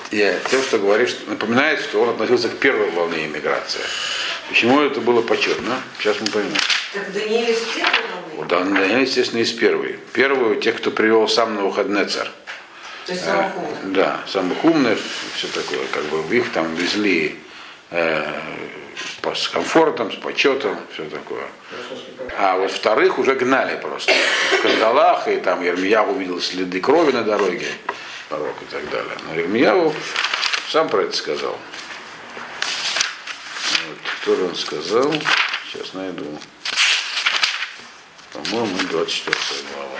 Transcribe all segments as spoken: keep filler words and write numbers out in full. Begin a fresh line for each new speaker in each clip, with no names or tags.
И тем, что говорит, напоминает, что он относился к первой волне иммиграции. Почему это было почетно? Сейчас мы поймем.
Так Даниэль из первой волны?
Да, Даниэль, естественно, из первой. Первую, тех, кто привел сам Навуходоносор.
То есть самых умных?
Э, да, самых умных, все такое, как бы их там везли э, с комфортом, с почетом, все такое. А вот вторых уже гнали просто в кандалах, и там Ирмияу увидел следы крови на дороге, порог и так далее. Но Ирмияу сам про это сказал. Вот, кто же он сказал? Сейчас найду. По-моему, двадцать четвёртая глава.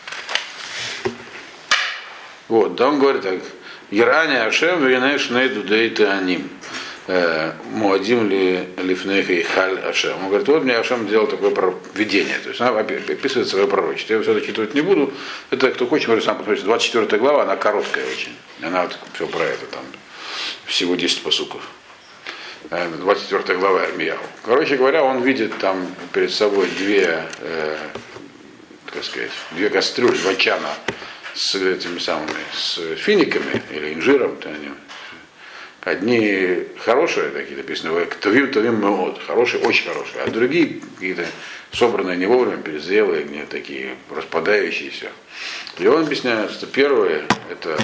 Вот, да, он говорит так. Ирани Ашем венеш нейду дейты аним. Муадим ли лифнеха и халь Ашем. Он говорит, вот мне Ашем делал такое видение. То есть она описывает свое пророчество. Я его все зачитывать не буду. Это, кто хочет, может сам посмотреть. двадцать четвёртая глава, она короткая очень. Она вот все про это там. Всего десять пасуков. двадцать четвёртая глава Ирмияу. Короче говоря, он видит там перед собой две, э, как сказать, две кастрюли, два чана с этими самыми, с финиками или инжиром. Одни хорошие, такие написано, товим, товим меот, хорошие, очень хорошие, а другие какие-то собранные не вовремя, перезрелые, не такие распадающиеся. И он объясняет, что первые это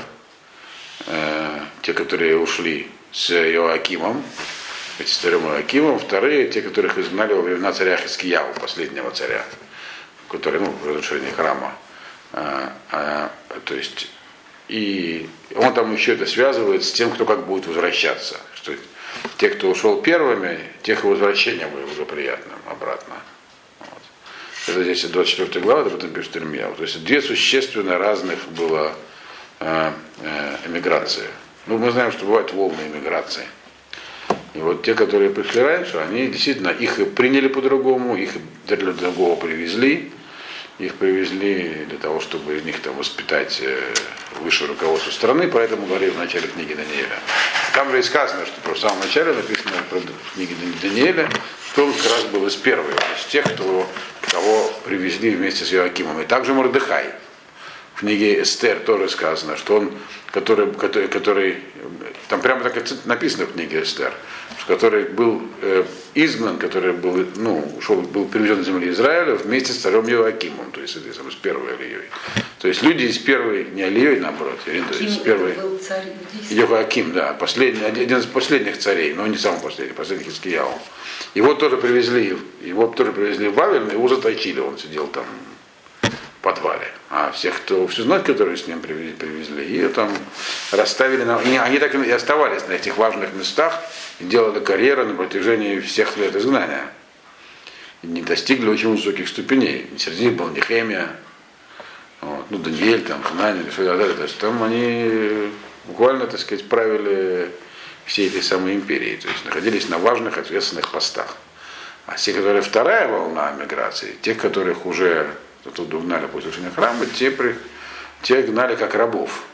э, те, которые ушли с Иоакимом, эти с царем Иоакимом, вторые, те, которых изгнали во времена царя Хискияу, последнего царя, который, ну, в разрушении храма. А, а, то есть, и он там еще это связывает с тем, кто как будет возвращаться. Что те, кто ушел первыми, тех и возвращение было благоприятным обратно. Вот. Это здесь двадцать четвёртая глава, об этом пишет Ирмияу. То есть две существенно разных было э, э, эмиграции. Ну, мы знаем, что бывают волны эмиграции. И вот те, которые пришли раньше, они действительно, их приняли по-другому, их для другого привезли. Их привезли для того, чтобы из них там воспитать высшее руководство страны, поэтому говорили в начале книги Даниэля. Там же и сказано, что в самом начале написано про книги Даниэля, что он как раз был из первых, из тех, кто, кого привезли вместе с Иоакимом. И также Мордехай. В книге Эстер тоже сказано, что он, который, который, который там прямо так написано в книге Эстер, который был э, изгнан, который был, ну, ушел, был привезен с земли Израиля вместе с царем Иоакимом, то есть это, с первой Алией. То есть люди из первой, не Алией, наоборот, из первой. Иоаким, да, последний, один из последних царей, но не самый последний, последний Хискияу. Его тоже привезли, его тоже привезли в Вавиль, его заточили, он сидел там в подвале. А всех, кто всю знать, которые с ним привезли, привезли и там расставили, на, и они так и оставались на этих важных местах, и делали карьеру на протяжении всех лет изгнания. И не достигли очень высоких ступеней. Среди них был Нехемия, вот, ну, Даниэль, там, Хананин, все это. То есть там они буквально, так сказать, правили всей этой самой империей, то есть находились на важных ответственных постах. А те, которые вторая волна миграции, тех, которых уже тут угнали после разрушения храма, те, при, те гнали как рабов.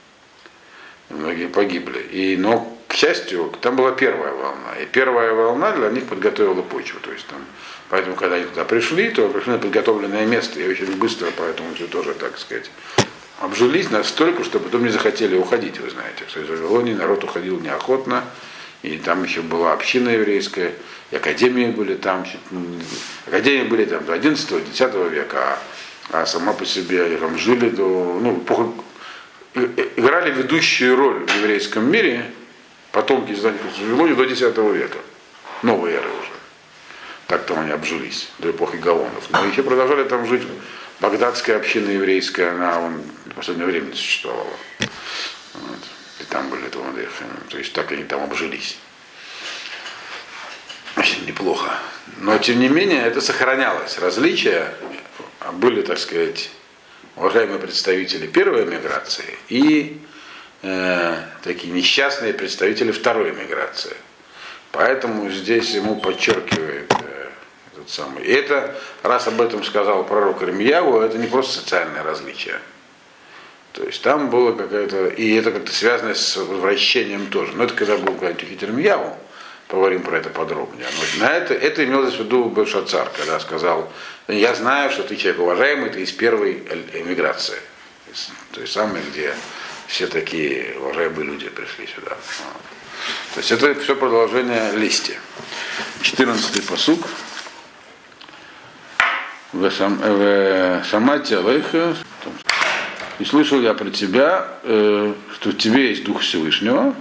И многие погибли. И, но, к счастью, там была первая волна. И первая волна для них подготовила почву. То есть, там, поэтому, когда они туда пришли, то пришли на подготовленное место. И очень быстро, поэтому все тоже, так сказать, обжились настолько, что потом не захотели уходить, вы знаете. Что из Вавилонии народ уходил неохотно. И там еще была община еврейская, и академии были там, академии были там до одиннадцатого-десятого века, а, а сама по себе там жили до, ну, играли ведущую роль в еврейском мире потомки из Вавилонии до десятого века, новой эры уже. Так там они обжились до эпохи Гаонов. Но еще продолжали там жить. Багдадская община еврейская, она вон, в последнее время существовала. Вот. И там были Талмудеи, то есть так они там обжились. Очень неплохо. Но тем не менее это сохранялось. Различия были, так сказать, уважаемые представители первой миграции и э, такие несчастные представители второй миграции. Поэтому здесь ему подчеркивает э, этот самый. И это, раз об этом сказал пророк Ирмияу, это не просто социальное различие. То есть там было какая-то, и это как-то связано с возвращением тоже. Но это когда был говорить Ирмияу, поговорим про это подробнее. Но на это, это имелось в виду Белшацар, когда сказал, я знаю, что ты человек уважаемый, ты из первой эмиграции. То есть самой, где все такие уважаемые люди пришли сюда. То есть это все продолжение листья. четырнадцатый пасук. В Самате Алейха. И слышал я про тебя, что в тебе есть Дух Всевышнего.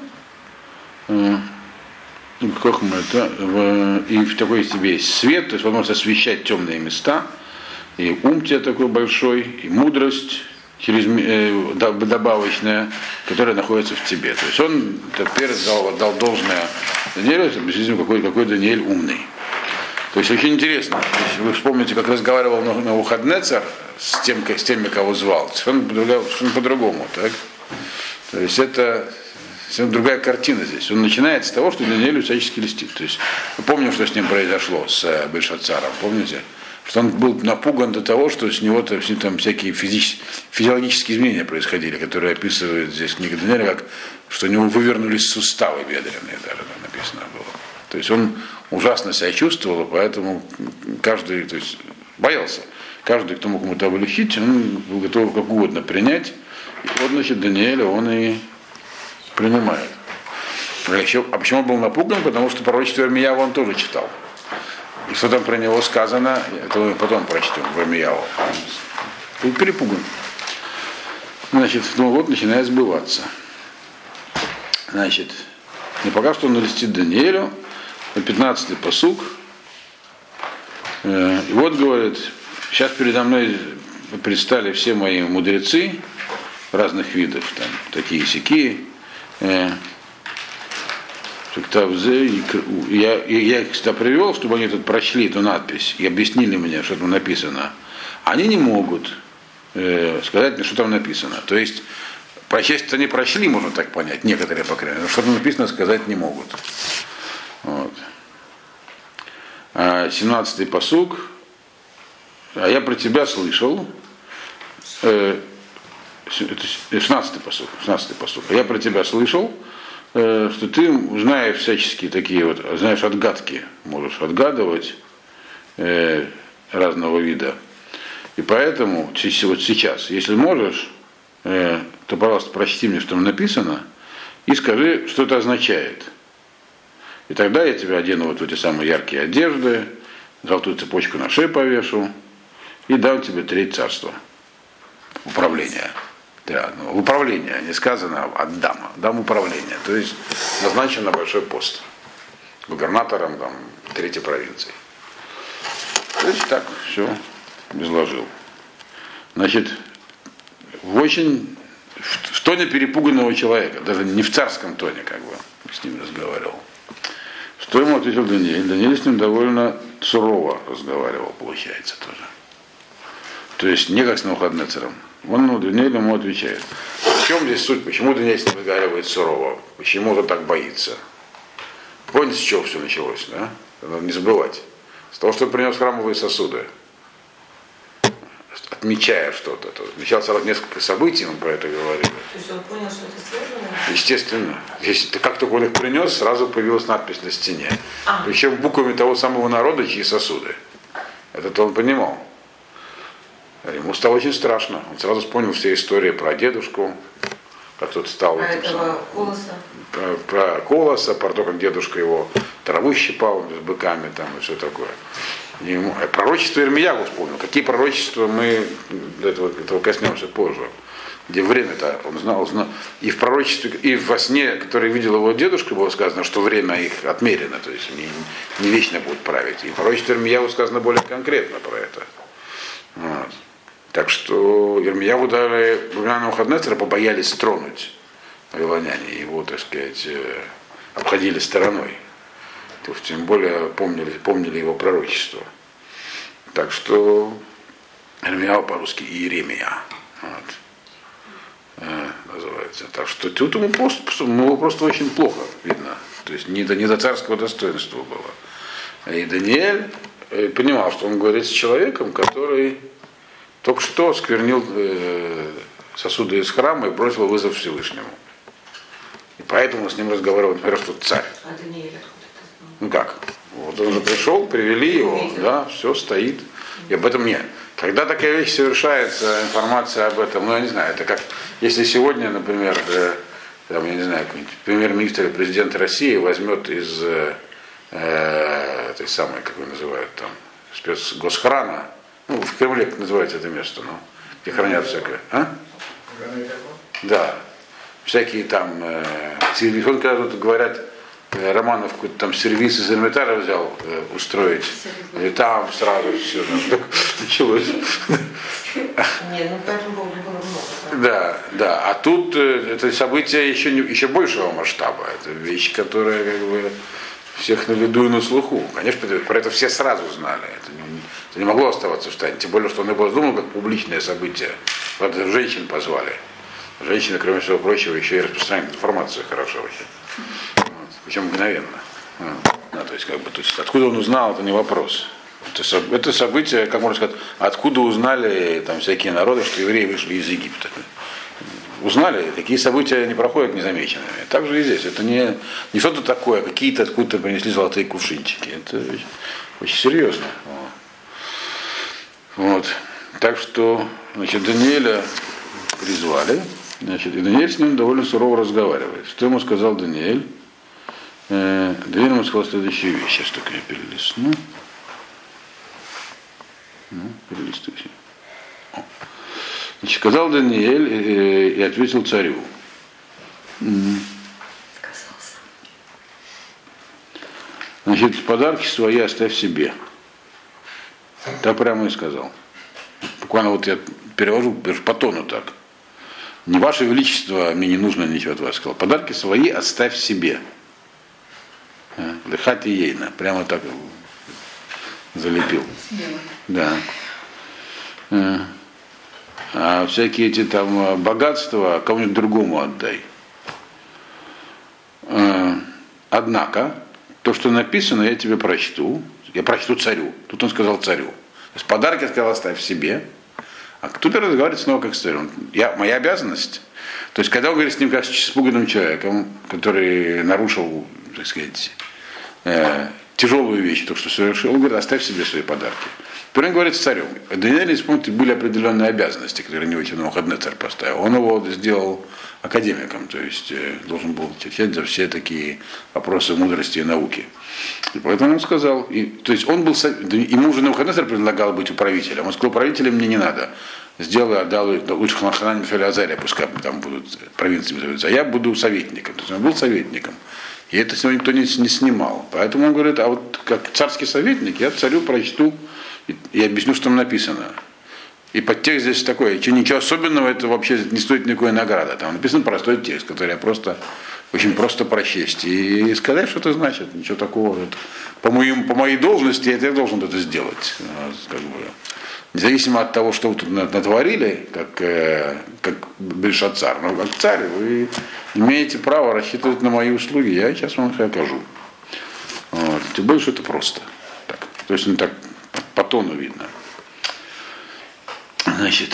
Как мы это, в, и в такой тебе есть свет, то есть возможность освещать темные места, и ум тебе такой большой, и мудрость через, э, добавочная, которая находится в тебе. То есть он теперь дал, дал должное Даниэлю, какой, какой Даниэль умный. То есть очень интересно. То есть вы вспомните, как разговаривал Навуходоносор с, тем, с теми, кого звал. Совершенно по-другому. Так? То есть это совсем другая картина здесь. Он начинает с того, что Даниэлю всячески льстит. То есть мы помним, что с ним произошло, с Бельшацаром, помните? Что он был напуган до того, что с него там всякие физич... физиологические изменения происходили, которые описывают здесь книга Даниэля, как что у него вывернулись суставы бедренные, даже там написано было. То есть он ужасно себя чувствовал, поэтому каждый, то есть боялся. Каждый, кто мог ему того лечить, он был готов как угодно принять. И вот, значит, Даниэля он и принимает. А, еще, а почему он был напуган? Потому что пророчество Ирмиява он тоже читал. И что там про него сказано, это мы потом прочтем в Ирмияву. Был перепуган. Значит, ну вот начинает сбываться. Значит, и пока что он льстит Даниэлю, пятнадцатый пасук. И вот говорит, сейчас передо мной предстали все мои мудрецы разных видов, там, такие сякие. Я, я их сюда привел, чтобы они тут прочли эту надпись и объяснили мне, что там написано. Они не могут э, сказать мне, что там написано. То есть, прочесть они прочли, можно так понять, некоторые, по крайней мере, но что там написано, сказать не могут. Вот. семнадцатый пасук. А я про тебя слышал. Э, шестнадцатый пасук. шестнадцатый пасук. А я про тебя слышал, э, что ты знаешь всяческие такие вот, знаешь отгадки, можешь отгадывать э, разного вида. И поэтому вот сейчас, если можешь, э, то, пожалуйста, прочти мне, что там написано, и скажи, что это означает. И тогда я тебя одену вот в эти самые яркие одежды, золотую цепочку на шею повешу и дам тебе треть царства. Управление. Да, ну, управление, не сказано, отдам. Дам управление. То есть назначен на большой пост. Губернатором там, третьей провинции. То есть так, все изложил. Значит, в очень в, в тоне перепуганного человека, даже не в царском тоне, как бы, с ним разговаривал. Что ему ответил Даниэль? Даниэль с ним довольно сурово разговаривал, получается, тоже. То есть не как с Навуходоносором. Он, ну, Даниэль ему отвечает. В чем здесь суть? Почему Даниэль с ним разговаривает сурово? Почему он так боится? Помните, с чего все началось, да? Надо не забывать. С того, что он принес храмовые сосуды. Отмечая что-то. Отмечал сразу несколько событий, он про это говорил.
То есть он понял, что это связано?
Естественно. Если, как только он их принес, сразу появилась надпись на стене. А. Причем буквами того самого народа, чьи сосуды. Это-то он понимал. Ему стало очень страшно. Он сразу вспомнил все истории про дедушку, как тот стал
про
этим
этого
самым,
Колоса.
Про, про Колоса, про то, как дедушка его траву щипал с быками там, и все такое. И ему, а пророчество Ирмияву вспомнил. Какие пророчества мы этого, этого коснемся позже. Где время-то он знал, знал. И в пророчестве, и во сне, который видел его дедушка, было сказано, что время их отмерено, то есть не, не вечно будут править. И в пророчестве Ирмияву сказано более конкретно про это. Вот. Так что Ирмияву даже Навуходоносора побоялись тронуть вавилоняне, его, так сказать, обходили стороной. То есть, тем более помнили, помнили его пророчество. Так что Ирмияу по-русски Иеремия. Вот. Э, называется. Так что тут ему просто, ну, просто очень плохо видно. То есть не до, не до царского достоинства было. И Даниэль э, понимал, что он говорит с человеком, который только что осквернил э, сосуды из храма и бросил вызов Всевышнему. И поэтому с ним разговаривал, например, что царь.
А Даниэль откуда ты знал?
Ну как? Вот он уже пришел, привели его, да, все стоит. И об этом нет. Когда такая вещь совершается, информация об этом, ну я не знаю, это как если сегодня, например, э, там, я не знаю, какой-нибудь премьер-министр или президент России возьмет из э, э, этой самой, как его называют, там, спецгосхрана, ну, в Кремле как называется это место, ну, где хранят всякое, а? Да, всякие там, э, сервис, он когда тут говорят, э, Романов какой-то там сервис из Эрмитажа взял э, устроить, и там сразу все ну, началось.
Не, ну по этому поводу было много.
Да, да, а тут э, это событие еще, не, еще большего масштаба, это вещь, которая как бы всех на виду и на слуху. Конечно, про это все сразу знали, это не, это не могло оставаться в тайне, тем более, что он его задумал как публичное событие. Правда, женщин позвали. Женщины, кроме всего прочего, еще и распространяют информацию хорошо вообще. Вот. Причем мгновенно. Вот. Да, то есть, как бы, то есть, откуда он узнал, это не вопрос. Это, это событие, как можно сказать, откуда узнали там всякие народы, что евреи вышли из Египта. Узнали, такие события не проходят незамеченными. Так же и здесь. Это не, не что-то такое, какие-то откуда-то принесли золотые кувшинчики. Это очень серьезно. Вот. Так что, значит, Даниэля призвали. Значит, и Даниэль с ним довольно сурово разговаривает. Что ему сказал Даниэль? Э, Даниэль ему сказал следующую вещь. Сейчас только я перелистну. Ну, перелистывай. Значит, сказал Даниэль э, и ответил царю.
Казался.
Значит, подарки свои оставь себе. Так прямо и сказал. Буквально вот я перевожу по тону так. Не ваше величество, мне не нужно ничего от вас, сказал. Подарки свои оставь себе. Лыхать и ейна. Прямо так залепил. Да. А всякие эти там богатства кому-нибудь другому отдай. Однако, то, что написано, я тебе прочту. Я прочту царю. Тут он сказал царю. То есть подарки сказал оставь себе. А тут разговаривает снова как с царем. Я, моя обязанность. То есть, когда он говорит с ним как с испуганным человеком, который нарушил, так сказать, э, тяжелую вещь, то, что совершил, он говорит, оставь себе свои подарки. Теперь он говорит с царем. У Даниэля, помните, были определенные обязанности, которые не очень Навуходоносор поставил. Он его сделал академиком, то есть э, должен был отвечать за все такие вопросы мудрости и науки. И поэтому он сказал, и, то есть он был, ему уже Навуходоносор предлагал быть управителем. Он сказал, управителем мне не надо. Сделай, отдал, лучше Ханананим Филиазария, пускай там будут провинциями называются, а я буду советником. То есть он был советником. И это с него никто не, не снимал. Поэтому он говорит, а вот как царский советник я царю прочту и, и объясню, что там написано. И подтекст здесь такой, что ничего особенного, это вообще не стоит никакой награды. Там написан простой текст, который я просто, очень просто прочесть. И сказать, что это значит, ничего такого. Это, по, моим, по моей должности я должен это сделать. Как бы, независимо от того, что вы тут натворили, как, как Бельшацар, но как царь, вы имеете право рассчитывать на мои услуги, я сейчас вам их окажу. Вот. Тем более, что это просто. Так. То есть, ну, так по тону видно. Значит,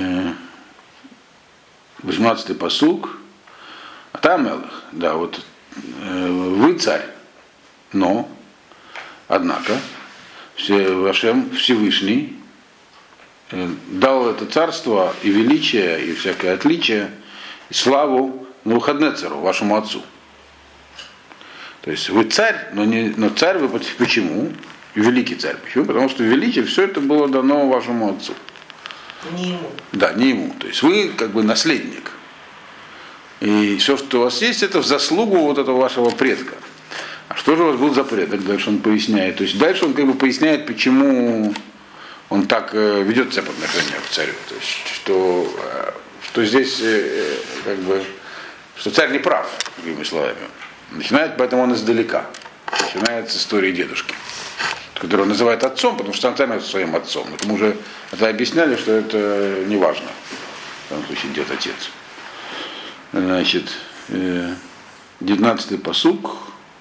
восемнадцатый пасук. А там Мелах, да, вот вы царь, но, однако, Вашем Всевышний дал это царство и величие, и всякое отличие, и славу Навуходоносору, вашему отцу. То есть вы царь, но, не, но царь вы почему? Великий царь. Почему? Потому что величие, все это было дано вашему отцу.
Не ему.
Да, не ему. То есть вы как бы наследник. И все, что у вас есть, это в заслугу вот этого вашего предка. А что же у вас был за предок? Дальше он поясняет. То есть дальше он как бы поясняет, почему он так ведет себя по отношению к царю. То есть, что, что здесь как бы, что царь не прав, другими словами. Начинает поэтому он издалека. Начинает с истории дедушки, которого он называет отцом, потому что он сам является своим отцом. Это мы уже это объясняли, что это не важно. В данном случае дед отец. Значит, девятнадцатый пасук.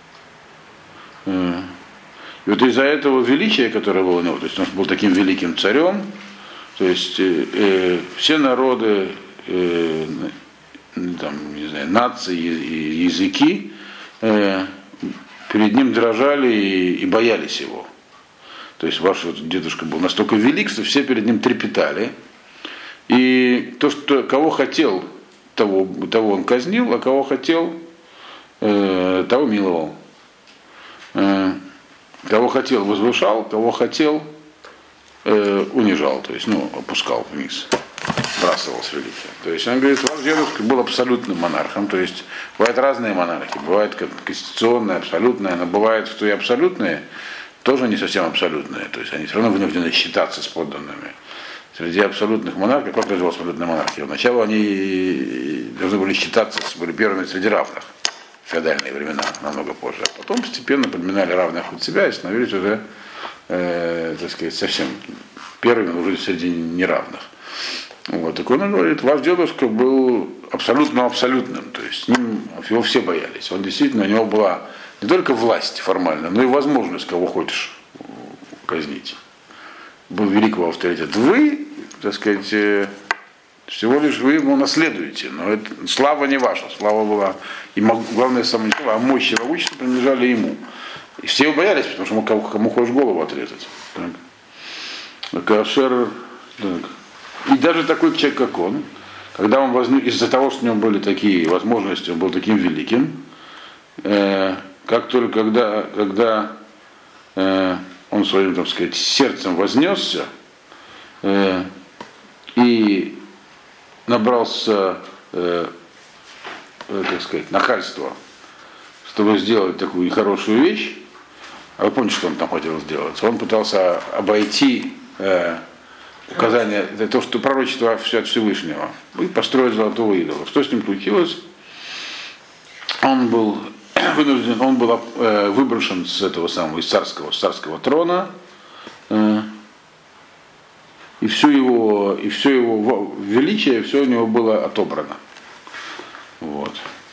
И вот из-за этого величия, которое было у него, то есть он был таким великим царем, то есть э, все народы, э, там, не знаю, нации и языки э, перед ним дрожали и, и боялись его. То есть ваш вот дедушка был настолько велик, что все перед ним трепетали. И то, что, кого хотел того, того он казнил, а кого хотел, э, того миловал. Э, кого хотел, возвышал, кого хотел, э, унижал, то есть, ну, опускал вниз, сбрасывал с величия. То есть он говорит, ваш дедушка был абсолютным монархом, то есть бывают разные монархи, бывает конституционные, абсолютные, но бывает, что и абсолютные тоже не совсем абсолютные, то есть они все равно вынуждены считаться с подданными. Среди абсолютных монархов, как произвела абсолютная монархия? Вначале они должны были считаться, были первыми среди равных в феодальные времена, намного позже. А потом постепенно подминали равных от себя и становились уже, э, так сказать, совсем первыми уже среди неравных. Вот. Так он говорит, ваш дедушка был абсолютно абсолютным, то есть с ним его все боялись. Он действительно, у него была не только власть формальная, но и возможность кого хочешь казнить. Был великого авторитета. Вы, так сказать, всего лишь вы ему наследуете, но это, слава не ваша, слава была, и главное самое главное, а мощь и могущество принадлежали ему. И все его боялись, потому что кому, кому хочешь голову отрезать. Так. Кашер, так. И даже такой человек, как он, когда он возник, из-за того, что у него были такие возможности, он был таким великим, э, как только когда, когда э, он своим, так сказать, сердцем вознесся э, и набрался, э, э, так сказать, нахальства, чтобы сделать такую нехорошую вещь. А вы помните, что он там хотел сделать? Он пытался обойти э, указания, это то, что пророчество все от Всевышнего, и построить золотого идола. Что с ним случилось? Он был вынужден, он был э, выброшен с этого самого, из царского, с царского трона, э, и все его, и все его величие, все у него было отобрано. Вот.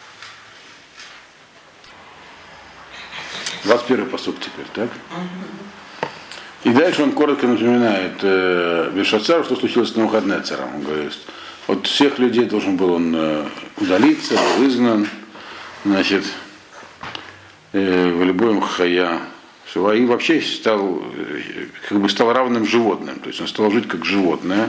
двадцать первый посуд теперь, так? И дальше он коротко напоминает э, Бельшацару, что случилось с Навуходоносором. Он говорит, от всех людей должен был он э, удалиться, был изгнан, значит, в любом хая, и вообще стал, как бы стал равным животным, то есть он стал жить как животное.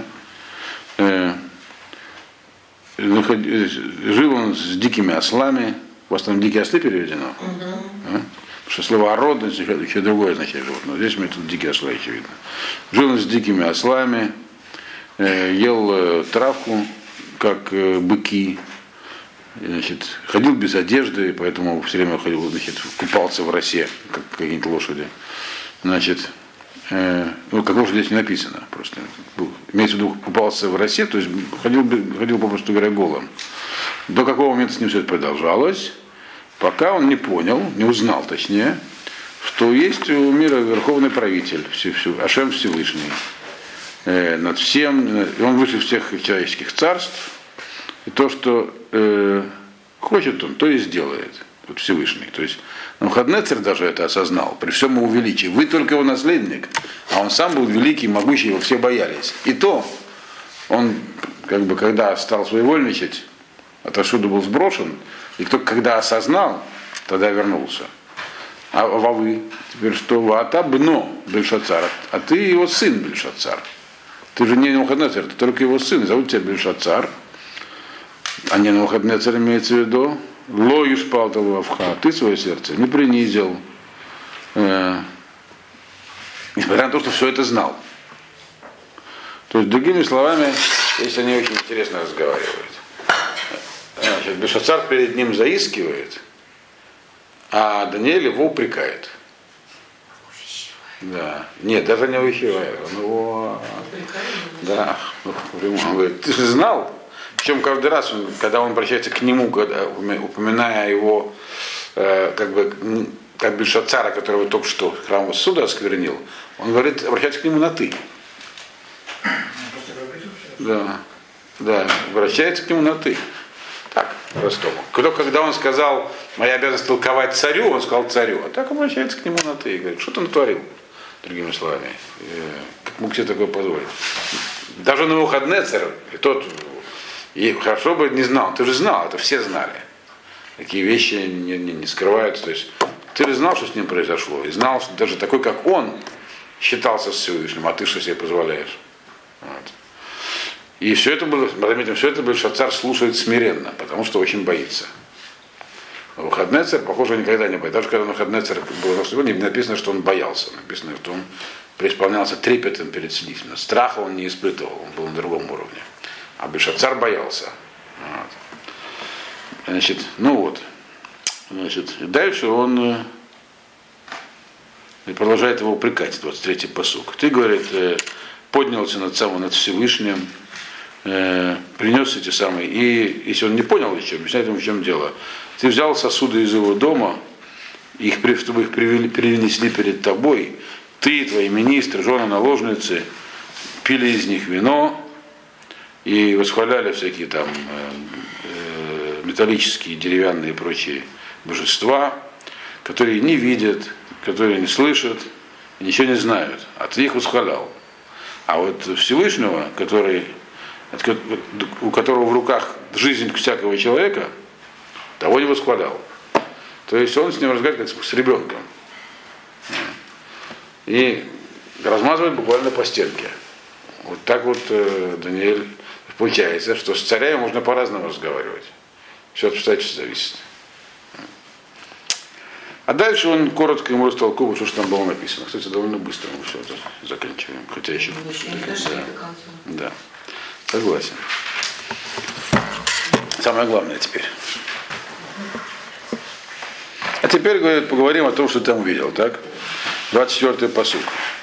Жил он с дикими ослами, у вас там дикие ослы переведено? Uh-huh. Потому что слово ород еще другое означает животное. Здесь мы тут дикие ослы, очевидно. Жил он с дикими ослами, ел травку, как быки. Значит, ходил без одежды, поэтому все время ходил, значит, купался в росе, как какие-нибудь лошади. Значит, э, ну, как лошадь здесь не написано, просто. Имеется в виду, купался в росе, то есть ходил, ходил попросту говоря, голым. До какого момента с ним все это продолжалось, пока он не понял, не узнал точнее, что есть у мира верховный правитель, Ашем Всевышний, э, над всем, и он выше всех человеческих царств. И то, что э, хочет он, то и сделает. Вот Всевышний. То есть Навуходоносор даже это осознал, при всем его величии. Вы только его наследник, а он сам был великий, могучий, его все боялись. И то он, как бы, когда стал своевольничать, отовсюду был сброшен, и только когда осознал, тогда вернулся. А, а вы теперь что? Ваата бно Бельшацар, а ты его сын Бельшацар. Ты же не Навуходоносор, ты только его сын, зовут тебя Бельшацар. А не Навуходоносор имеется в виду, ло юшпал талавха, ты свое сердце не принизил, э, несмотря на то, что все это знал. То есть, другими словами, если они очень интересно разговаривают, значит, Бельшацар перед ним заискивает, а Даниэль его упрекает. Да. Нет, даже не увещевает. Он его... Да. Он говорит, ты же знал? Причем каждый раз, когда он обращается к нему, когда, упоминая его, э, как бы, как Бельшацара, которого только что храм суда осквернил, он говорит, обращается к нему на ты. Да, да, обращается к нему на ты. Так, простому. Кто, когда он сказал, моя обязанность толковать царю, он сказал царю, а так обращается к нему на ты и говорит, что ты натворил, другими словами. Как мог себе такое позволить? Даже Навуходоносор, тот, и хорошо бы не знал, ты же знал, это все знали. Такие вещи не, не, не скрываются. То есть ты же знал, что с ним произошло, и знал, что даже такой, как он, считался с Всевышним, а ты что себе позволяешь? Вот. И все это было, заметим, все это Бельшацар слушает смиренно, потому что очень боится. Навуходоносор, похоже, никогда не боится. Даже когда Навуходоносор был, не написано, что он боялся. Написано, что он преисполнялся трепетом перед Всевышним. Страха он не испытывал, он был на другом уровне. А Бельшацар боялся. Вот. Значит, ну вот. Значит, дальше он продолжает его упрекать, двадцать третий пасук. Ты, говорит, поднялся над самым, над Всевышним, э, принес эти самые, и если он не понял еще, объясняет ему, в чем дело. Ты взял сосуды из его дома, их, чтобы их привели, перенесли перед тобой, ты, твои министры, жены, наложницы, пили из них вино и восхваляли всякие там э, э, металлические, деревянные и прочие божества, которые не видят, которые не слышат, ничего не знают, а ты их восхвалял. А вот Всевышнего, который, у которого в руках жизнь всякого человека, того не восхвалял. То есть он с ним разговаривает как с ребенком. И размазывает буквально по стенке. Вот так вот э, Даниэль получается, что с царями можно по-разному разговаривать. Все от обстоятельств зависит. А дальше он коротко ему растолковывает, что там было написано. Кстати, довольно быстро мы все это заканчиваем. Хотя еще. Да. Да. Согласен. Самое главное теперь. А теперь, говорит, поговорим о том, что ты там увидел, так? двадцать четвёртый пасук.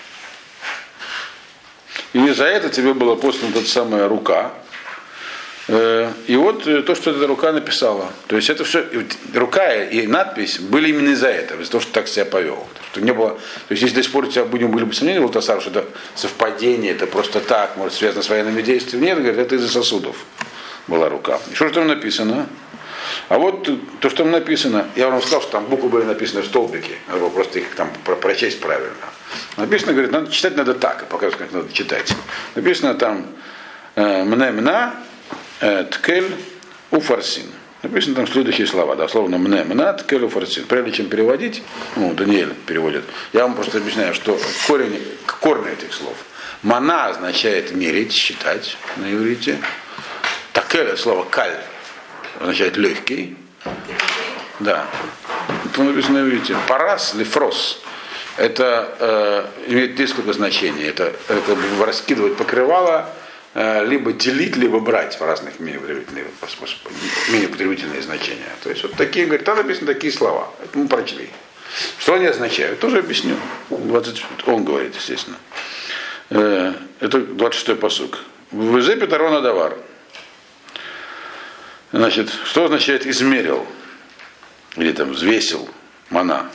И за это тебе была послана та самая рука. И вот то, что эта рука написала. То есть это все, рука и надпись были именно из-за этого, из-за того, что так себя повел. Что не было, то есть если до сих пор у тебя будем, были бы сомнения, Валтасар, что это совпадение, это просто так, может связано с военными действиями. Нет, говорит, это из-за сосудов была рука. И что же там написано? А вот то, что там написано, я вам сказал, что там буквы были написаны в столбике, надо было просто их там прочесть правильно. Написано, говорит, надо читать надо так, и показывать, как надо читать. Написано там «мне-мна», Ткель уфарсин. Написано там следующие слова, дословно мне, мна, ткель уфарсин. Прежде чем переводить, ну, Даниэль переводит, я вам просто объясняю, что корень, корень этих слов. Мана означает мерить, считать на иврите. Такель, слово каль, означает легкий. Да. Тут написано на иврите. Парас, лифрос. Это э, имеет несколько значений. Это, это раскидывать покрывало, либо делить, либо брать в разных менее потребительные, менее потребительные значения. То есть вот такие, говорит, там написаны такие слова. Это мы прочли. Что они означают? Тоже объясню. двадцать, он говорит, естественно. Это двадцать шестой пасук. Везе Петарона Давар. Значит, что означает измерил? Или там взвесил мана.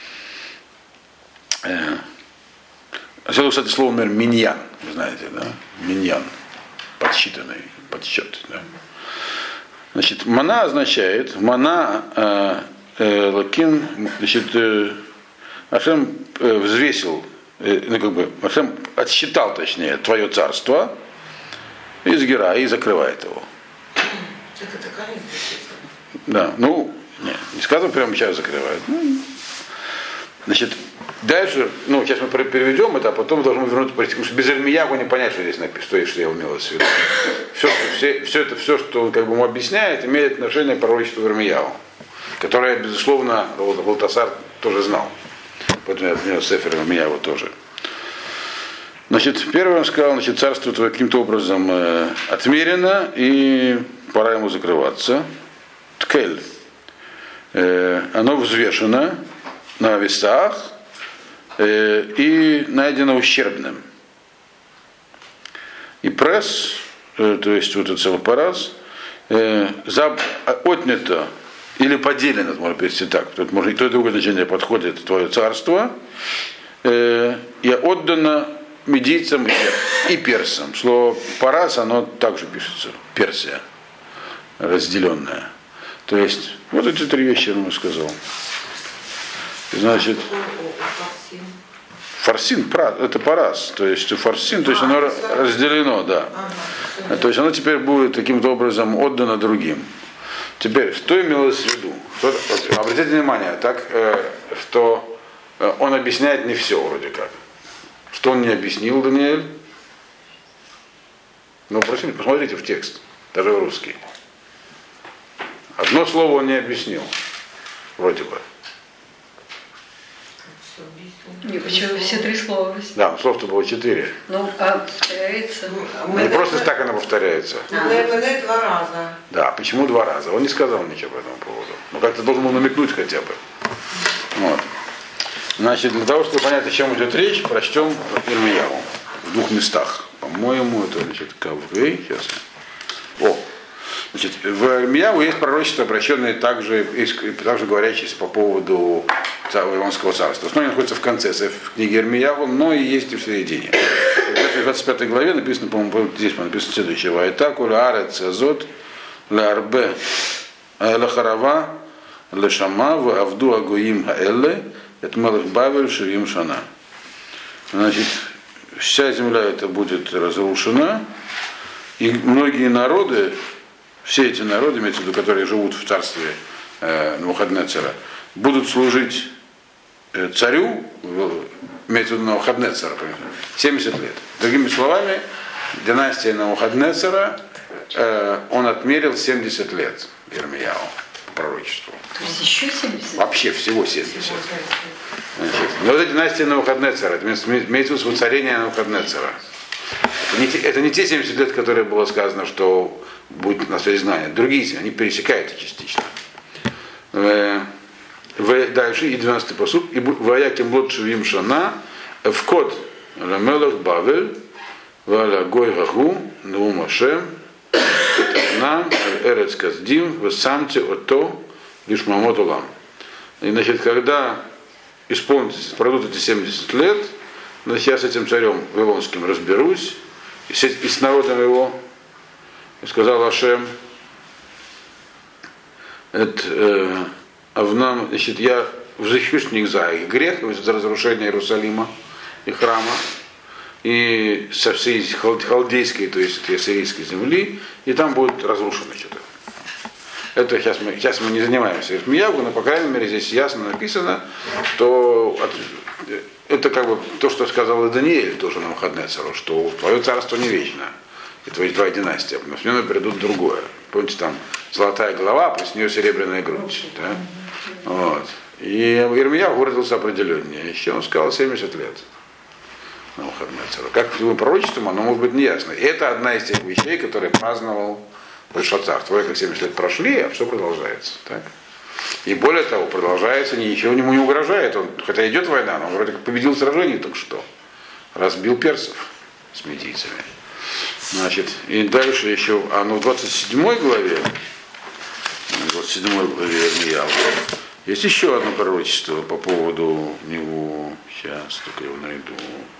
Отсюда, кстати, слово, например, миньян. Вы знаете, да? Миньян. Подсчитанный, подсчет. Да. Значит, мана означает, мана э, э, лакин, значит, э, Ашем э, взвесил, э, ну как бы, Ашем отсчитал, точнее, твое царство из Гера и закрывает его.
Это такая.
Да, ну, не, не сказано, прямо сейчас закрывает. Ну, значит, дальше, ну, сейчас мы переведем это, а потом должны вернуться, потому что без Ирмиягу не понять, что здесь написано, что я умел в виду. Все, все, все это, все, что он как бы ему объясняет, имеет отношение к пророчеству Ирмиягу, которое, безусловно, Валтасар тоже знал. Поэтому я отменил Сефер Ирмиягу тоже. Значит, первый он сказал, значит, царство твое каким-то образом э, отмерено, и пора ему закрываться. Ткель. Э, оно взвешено на весах, и найдено ущербным. И пресс, то есть вот этот целый параз, отнято или поделено, можно перевести так, тут может и то и другое значение подходит, твое царство, и отдано медийцам и персам. Слово параз, оно также пишется, Персия, разделенная. То есть, вот эти три вещи я ему сказал. Значит, фарсин, это парас, то есть фарсин, то есть оно разделено, да. То есть оно теперь будет каким-то образом отдано другим. Теперь, что имелось в виду? Что, обратите внимание, так, что он объясняет не все вроде как. Что он не объяснил, Даниэль? Ну, просите, посмотрите в текст, даже в русский. Одно слово он не объяснил, вроде бы.
Не, почему все три слова?
Да, слов-то было четыре.
Ну, а повторяется.
Не просто так оно повторяется.
МН два раза.
Да, почему два раза? Он не сказал ничего по этому поводу. Но как-то должен был намекнуть хотя бы. Вот. Значит, для того, чтобы понять, о чем идет речь, прочтем Ирмияву в двух местах. По-моему, это, значит, Кавгей. Сейчас. О, значит, в Ирмияву есть пророчества, обращенные также, также говорящиеся по поводу Вавилонского царства. В основном находится в конце в книге Ирмияву, но и есть и в середине. В двадцать пятой главе написано, по-моему, здесь написано следующее. Вайтаку лаарец азот лаарбе лахарава лешама в авду агуим хаэлле это мелах бавель шевим шана. Значит, вся земля эта будет разрушена, и многие народы, все эти народы, имеется в виду, которые живут в царстве э, Навуходоносора, будут служить э, царю, имеется в виду Навуходоносора, семьдесят лет. Другими словами, династия Навуходоносора, э, он отмерил семьдесят лет Ирмияу по пророчеству.
То есть еще семьдесят?
Вообще всего семьдесят. Значит, но вот эта династия Навуходоносора, это имеется в виду воцарение Навуходоносора. Это не, те, это не те семьдесят лет, которые было сказано, что будет на связи знания. Другие, они пересекаются частично. В, дальше, и двенадцатый посуд. И вояким лот шевим шана, в код рамелах бавель, валя гой гагу, наум ашем, нам, эрец каздим, в самте ото, лишь мамот улам. И, значит, когда исполнится, пройдут эти семьдесят лет, значит, я с этим царем вавилонским разберусь, и с, и с народом его, и сказал Ашем, это, э, Авнам, значит, я взыщу с них за их грех, за разрушение Иерусалима и храма, и со всей халдейской, то есть сирийской земли, и там будет разрушено что-то. Это сейчас мы, сейчас мы не занимаемся Ирмияву, но, по крайней мере, здесь ясно написано, что от, это как бы то, что сказал и Даниэль тоже на Навуходоносору, что твое царство не вечно, и твои твоя династия, но с ними придут другое. Помните, там золотая голова, плюс нее серебряная грудь. Да? Вот. И Ирмияу выразился определеннее. Еще он сказал семьдесят лет на Навуходоносору. Как с его пророчеством, оно может быть неясно. И это одна из тех вещей, которые праздновал Большоцар. Твои как семьдесят лет прошли, а все продолжается. Так? И более того, продолжается, ничего ему не угрожает. Он, хотя идет война, но он вроде как победил сражение только что. Разбил персов с медийцами. Значит, и дальше еще, а ну в двадцать седьмой главе, в двадцать седьмой главе Ирмияу, есть еще одно пророчество по поводу него. Сейчас только его найду.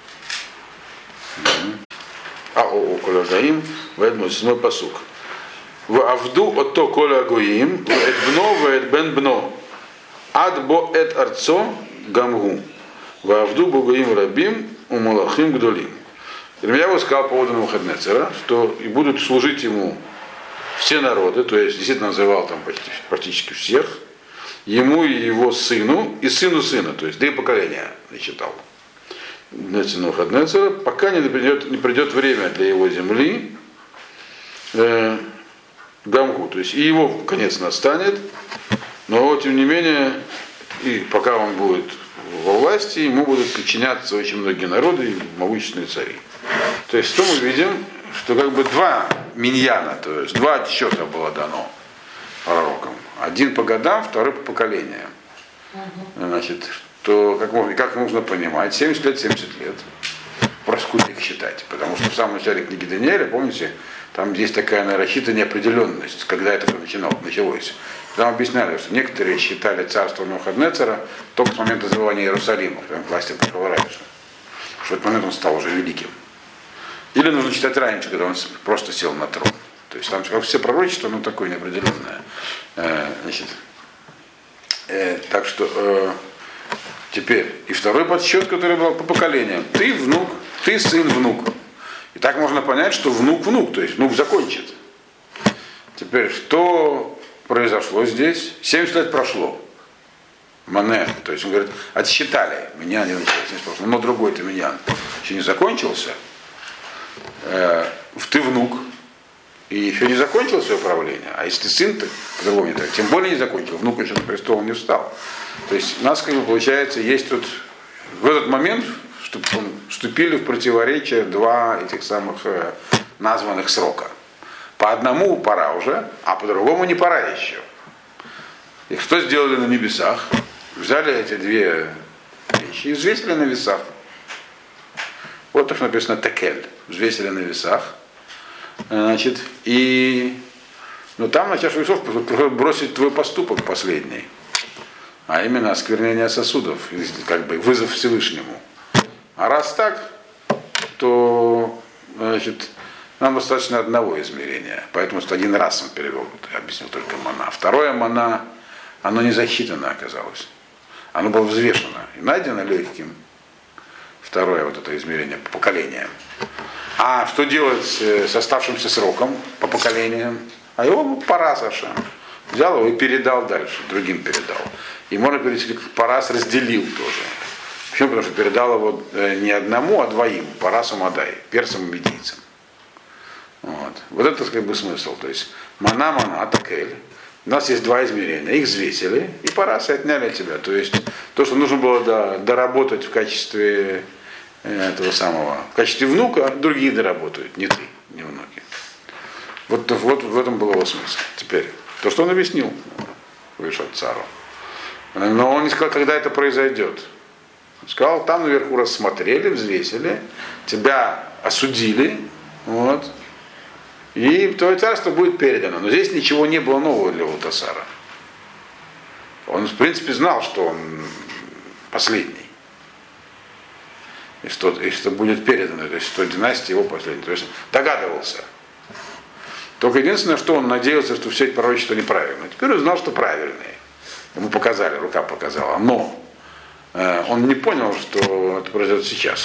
А о коля гаим, поэтому седьмой пасук. В авду ото коля гоим, в эт бно, в эт бен бно, ад бо эт арцо гамгу, в авду богоим рабим, у малахим гдолим. Ирмияу сказал по поводу Навуходоносора, что и будут служить ему все народы, то есть действительно называл там почти, практически всех, ему и его сыну, и сыну сына, то есть три поколения насчитал. Навуходоносора, пока не придет, не придет время для его земли, э, Гамгу, то есть и его конец настанет, но тем не менее, и пока он будет во власти, ему будут подчиняться очень многие народы и могущественные цари. То есть что мы видим, что как бы два миньяна, то есть два отчета было дано пророкам. Один по годам, второй по поколениям. Значит, то как, можно, как нужно понимать, семьдесят лет, семьдесят лет. Просто сколько их считать. Потому что в самом начале книги Даниэля, помните, там есть такая нарочитая неопределенность, когда это начинало, началось. Там объясняли, что некоторые считали царство Навуходоносора только с момента завоевания Иерусалима, когда к власти пришел раньше. Что в этот момент он стал уже великим. Или нужно читать раньше, когда он просто сел на трон. То есть там как все пророчество, оно такое неопределенное. Э, значит, э, так что э, теперь и второй подсчет, который был по поколениям. Ты внук, ты сын внука. И так можно понять, что внук внук, то есть внук закончит. Теперь что произошло здесь? семьдесят лет прошло. Мане, то есть он говорит, отсчитали, меня не началось, но другой-то меня еще не закончился. э, ты внук, и еще не закончил свое правление, а если сын, то по-другому не так, тем более не закончил, внук еще на престол не встал. То есть у нас, как бы, получается, есть тут в этот момент вступили в противоречие два этих самых э, названных срока. По одному пора уже, а по другому не пора еще. И что сделали на небесах? Взяли эти две вещи и взвесили на весах. Вот так написано текель. Взвесили на весах. Значит, и ну, там на чашу весов бросить твой поступок последний. А именно осквернение сосудов, как бы вызов Всевышнему. А раз так, то значит, нам достаточно одного измерения. Поэтому один раз он перевел, объяснил только мана. Второе мана, оно не засчитано оказалось. Оно было взвешено и найдено легким. Второе вот это измерение по поколениям. А что делать с оставшимся сроком по поколениям? А его пора совершенно. Взял его и передал дальше, другим передал. И можно перейти, Парас разделил тоже. Почему? Потому что передал его не одному, а двоим. Парасу Мадай, персам и медийцам. Вот. Вот это как бы смысл. То есть мана, мана, такель. У нас есть два измерения. Их взвесили и парасы отняли от тебя. То есть то, что нужно было до, доработать в качестве этого самого, в качестве внука, другие доработают, не ты, не внуки. Вот, вот в этом был его смысл. Теперь, то, что он объяснил, вышел цару. Но он не сказал, когда это произойдет. Он сказал, там наверху рассмотрели, взвесили, тебя осудили, вот, и твое царство будет передано. Но здесь ничего не было нового для Валтасара. Он, в принципе, знал, что он последний. И что, и что будет передано, то есть что династия его последняя. То есть догадывался. Только единственное, что он надеялся, что все эти пророчества неправильные. Теперь он знал, что правильные. Ему показали, рука показала. Но э, он не понял, что это произойдет сейчас.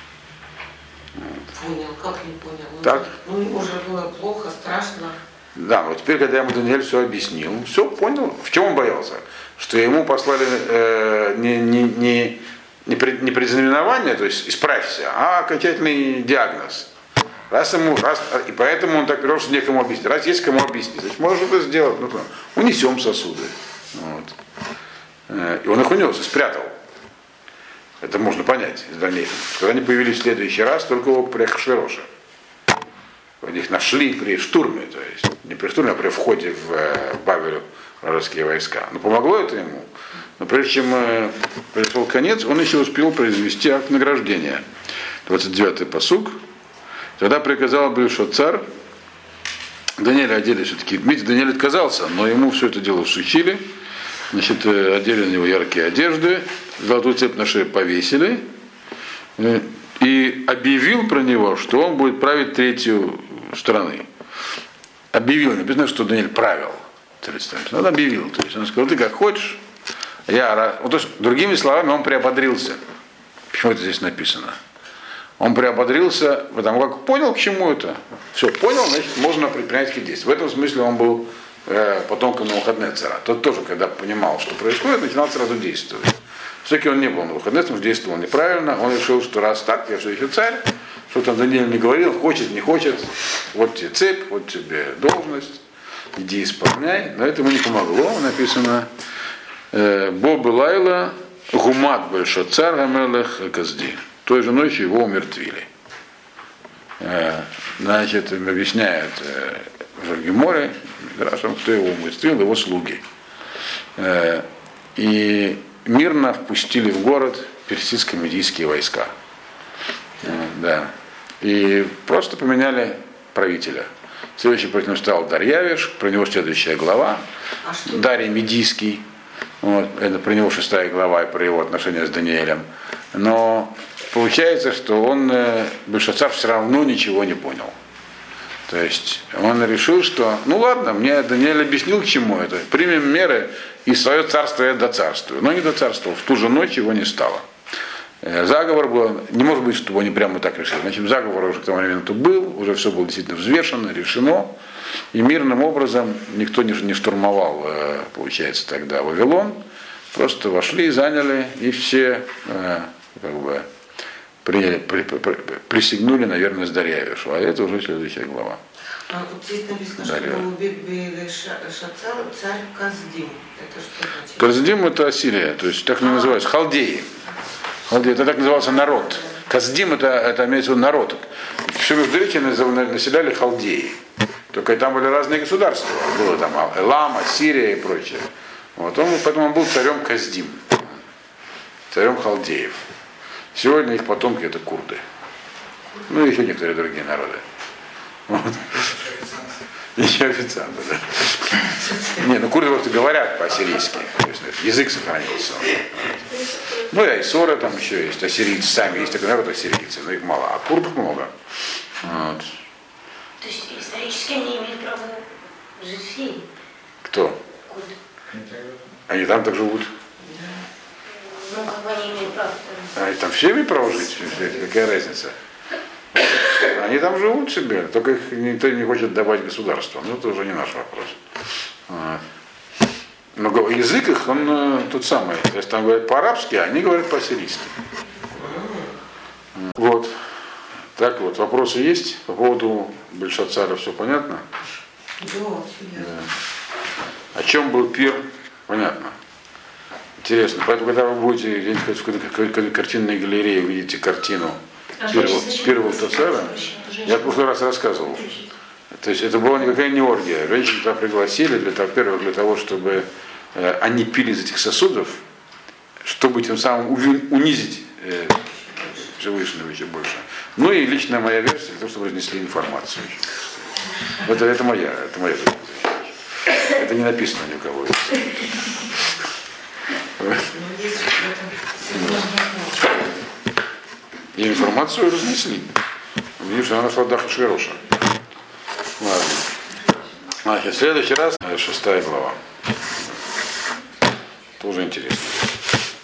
Понял, как не понял? Ну,
так?
Ну, ему уже было плохо, страшно.
Да, вот теперь, когда ему Даниэль все объяснил, все понял. В чем он боялся? Что ему послали э, не, не, не, не, пред, не предзнаменование, то есть исправься, а окончательный диагноз. Раз ему, раз, и поэтому он так пережил, что некому объяснить. Раз есть кому объяснить, значит, можешь это сделать. Ну, унесем сосуды. Вот. И он их унес и спрятал. Это можно понять из дальнейшего. Когда они появились в следующий раз, только у Ахашвероша. Их нашли при штурме, то есть не при штурме, а при входе в Бавелю вражеские войска. Но помогло это ему. Но прежде чем пришел конец, он еще успел произвести акт награждения. двадцать девятый пасук. Тогда приказал Бельшацар, Даниэля одели все-таки, видите, Даниэль отказался, но ему все это дело сучили, значит, одели на него яркие одежды, золотую цепь на шею повесили, и объявил про него, что он будет править третью страны. Объявил, не написано, что Даниэль правил третью страну, он объявил, то есть он сказал, ты как хочешь, я, вот, то есть, другими словами, он приободрился. Почему это здесь написано? Он приободрился, потому как понял, к чему это. Все понял, значит, можно предпринять какие-то действия. В этом смысле он был э, потомком Навуходоносора. Тот тоже, когда понимал, что происходит, начинал сразу действовать. Все-таки он не был Навуходоносором, действовал неправильно. Он решил, что раз так, я все еще царь, что там Даниэль не говорил, хочет, не хочет, вот тебе цепь, вот тебе должность, иди исполняй. Но это ему не помогло. Написано Бобы Лайла, Гумат Бельшацар Гамелех Казди. Той же ночью его умертвили. Значит, объясняют в Геморе, кто его умертвил, его слуги. И мирно впустили в город персидско-медийские войска. Да. И просто поменяли правителя. Следующий против него стал Дарьявиш, про него следующая глава. А Дарий Медийский. Вот, это про него шестая глава и про его отношения с Даниэлем. Но получается, что он, Бельшацар, все равно ничего не понял. То есть он решил, что, ну ладно, мне Даниэль объяснил, к чему это, примем меры, и свое царство я доцарствую. Но не доцарствовал, в ту же ночь его не стало. Заговор был, не может быть, чтобы они прямо так решили. Значит, заговор уже к тому моменту был, уже все было действительно взвешено, решено. И мирным образом никто не штурмовал, получается, тогда Вавилон. Просто вошли, заняли, и все как бы Приняли, при, при, при, присягнули на верность Дарьявишу, а это уже следующая глава.
А вот здесь написано,
Дарья.
что убили Шацар, царь Каздим. Это что значит?
Каздим это Ассирия, то есть так не называется, халдеи. Халдеи, это так назывался народ. Каздим это, это имеется в виду народ. Все Междуречье населяли халдеи. Только там были разные государства. Было там Элам, Ассирия и прочее. Вот он, поэтому он был царем Каздим, царем халдеев. Сегодня их потомки это курды. Ну и еще некоторые другие народы. Вот. Еще официанты, да. Не, ну курды просто говорят по-ассирийски. То есть язык сохранился. Ну и айсоры там еще есть, ассирийцы сами, есть такой народ ассирийцы, но их мало, а курдов много. Вот.
То есть исторически они имеют право жить в Сирии?
Кто?
Курды.
Они там так живут.
Ну, как бы они имеют право?
Они там все имеют право жить, какая разница? Они там живут себе, только их никто не хочет давать государству. Ну, это уже не наш вопрос. Вот. Но язык их, он э, тот самый. То есть там говорят по-арабски, а они говорят по-ассирийски. Вот. Так вот, вопросы есть по поводу Бельшацара, все понятно?
Да, все ясно.
О чем был пир, понятно. Интересно. Поэтому, когда вы будете где-нибудь в какой-то картинной галерее, увидите картину первого, первого Цара, я в прошлый раз рассказывал. То есть это была никакая не оргия. Женщин туда пригласили, для того, во-первых, для того, чтобы э, они пили из этих сосудов, чтобы тем самым унизить э, Всевышнего еще больше. Ну и личная моя версия, для того, чтобы разнесли информацию. Это, это моя, это моя версия. Это не написано ни у кого. И информацию разнесли. Видишь, она нашла Даха Шероша. Ладно. Значит, в следующий раз шестая глава. Тоже интересно.